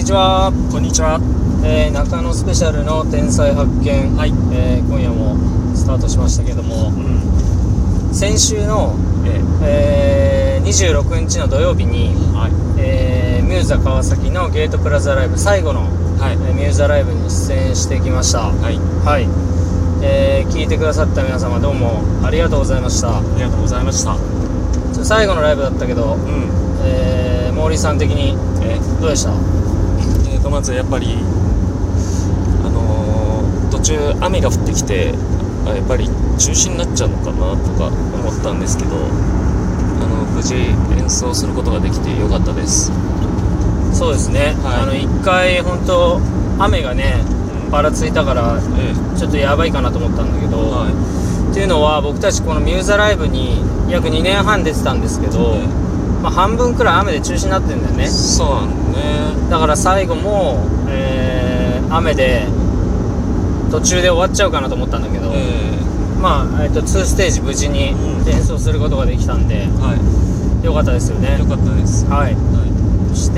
にちは。 こんにちは。 中野スペシャルの天才発見、 はい。 今夜もスタートしましたけども、先週の、26日の土曜日に、 はい。 ミューザ川崎のゲートプラザライブ最後の、 はい。 ミューザライブに出演してきました。 はい。 はい。聞いてくださった皆様どうもありがとうございました。 ありがとうございました。 最後のライブだったけど、モーリーさん的にどうでした？ まずやっぱり途中雨が降ってきて、やっぱり中止になっちゃうのかなとか思ったんですけど、無事演奏することができてよかったです。 そうですね、 はい、 一回本当雨がねぱらついたから、ちょっとやばいかなと思ったんだけど、っていうのは僕たちこのミューザライブに約2年半出てたんですけど、半分くらい雨で中止になってるんだよね。 そうなんね。 だから最後も、雨で途中で終わっちゃうかなと思ったんだけど、2ステージ無事に演奏することができたんで、よかったですよね。 よかったです。 はい。そして、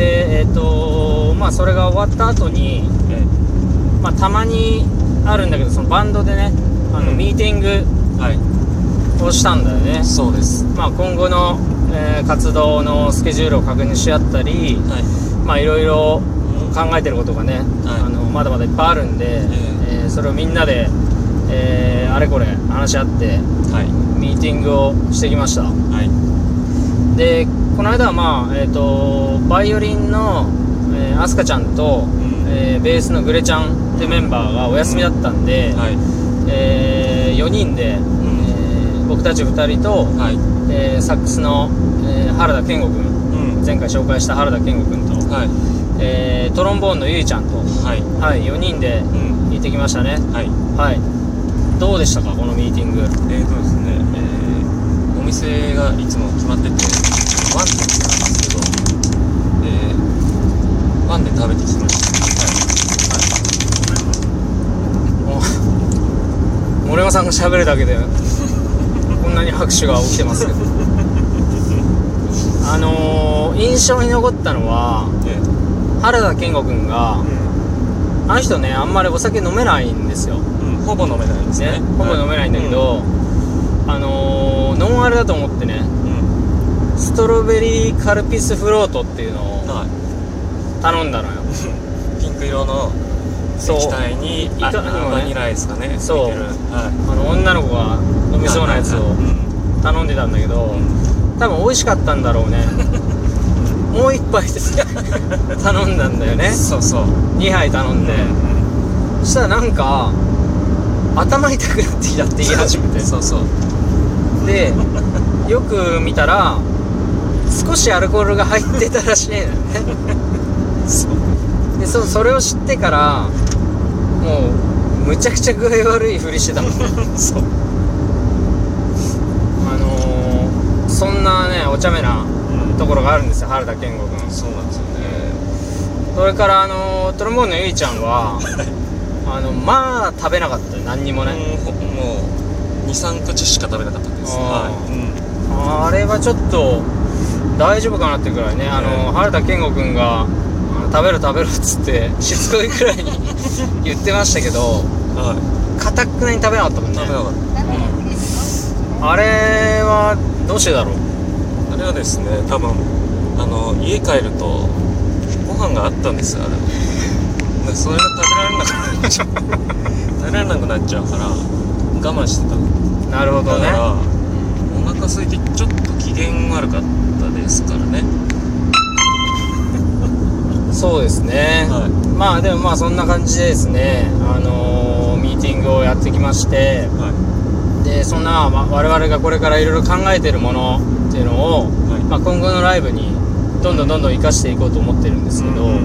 それが終わった後に、たまにあるんだけど、そのバンドでね、ミーティングをしたんだよね。 そうです。 今後の、活動のスケジュールを確認し合ったり、いろいろ考えてることがね、まだまだいっぱいあるんで、それをみんなで、あれこれ話し合って、ミーティングをしてきました。でこの間はバイオリンのアスカちゃんと、ベースのグレちゃんっていうメンバーがお休みだったんで、4人で、僕たち2人と、サックスの、原田健吾君、前回紹介した原田健吾君と、トロンボーンのゆいちゃんと、4人で行ってきましたね。どうでしたか、このミーティング？ ですね、お店がいつも決まっててワンって言ってたんですけど、ワンで食べてきました。 森山さんが喋るだけでこんなに拍手が起きてますけど印象に残ったのは、原田健吾君が、あの人ねあんまりお酒飲めないんですよ。 ほぼ飲めないんですね。 ほぼ飲めないんだけど、ノンアルだと思ってね、ストロベリーカルピスフロートっていうのを頼んだのよ。 ピンク色の液体にバニラアイスがねついてる、 女の子が飲みそうなやつを頼んでたんだけど、多分美味しかったんだろうね。もう一杯頼んだんだよね。2杯頼んで、そしたらなんか頭痛くなってきたって言い始めてでよく見たら少しアルコールが入ってたらしいのよね。でそれを知ってからもうむちゃくちゃ具合悪いふりしてたもんね。そんなねお茶目なところがあるんですよ、原田健吾君。 そうなんですよね。 それからトロンボーンのゆいちゃんは食べなかったよ、何にもね。 もう 2,3 口しか食べなかったです。 あれはちょっと大丈夫かなってくらいね、原田健吾君が食べろっつってしつこいくらいに言ってましたけど、かたくなに食べなかったもんね。あれはどうしてだろう。 あれはですね、多分家帰るとご飯があったんですよ。あれそれが食べられなくなっちゃうから我慢してた。 なるほどね。 だからお腹空いてちょっと機嫌悪かったですからね。 そうですね、でもそんな感じでですね、ミーティングをやってきまして、でそんな、我々がこれからいろいろ考えているものっていうのを、今後のライブにどんどん生かしていこうと思ってるんですけど、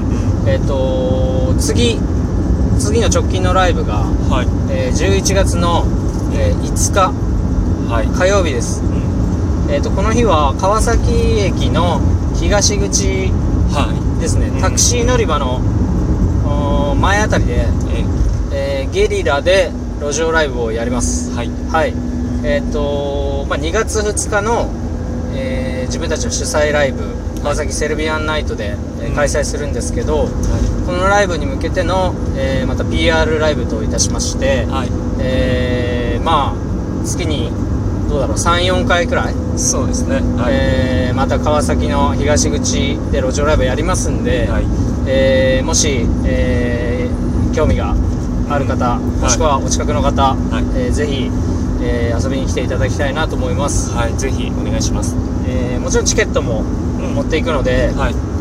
次の直近のライブが、11月の、5日、火曜日です。この日は川崎駅の東口ですね、タクシー乗り場の前あたりで、ゲリラで路上ライブをやります。2月2日の、自分たちの主催ライブ川崎セルビアンナイトで、開催するんですけど、このライブに向けての、また PR ライブといたしまして、まあ月にどうだろう 3,4 回くらい、 そうですね、 また川崎の東口で路上ライブやりますんで、もし、興味がある方、もしくはお近くの方、ぜひ、遊びに来ていただきたいなと思います。 ぜひお願いします。 もちろんチケットも持っていくので、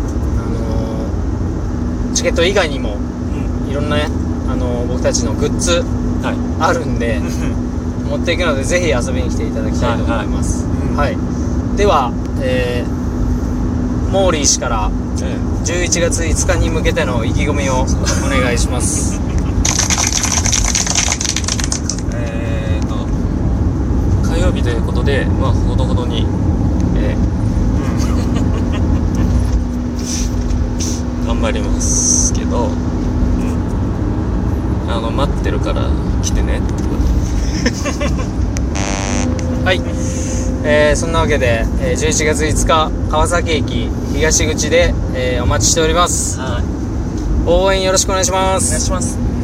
チケット以外にもいろんなね、僕たちのグッズあるんで、持っていくのでぜひ遊びに来ていただきたいと思います。では、モーリー氏から11月5日に向けての意気込みをお願いします。 火曜日ということで、ほどほどに、頑張りますけど、待ってるから来てねってことそんなわけで、11月5日川崎駅東口で、お待ちしております。応援よろしくお願いします。 お願いします。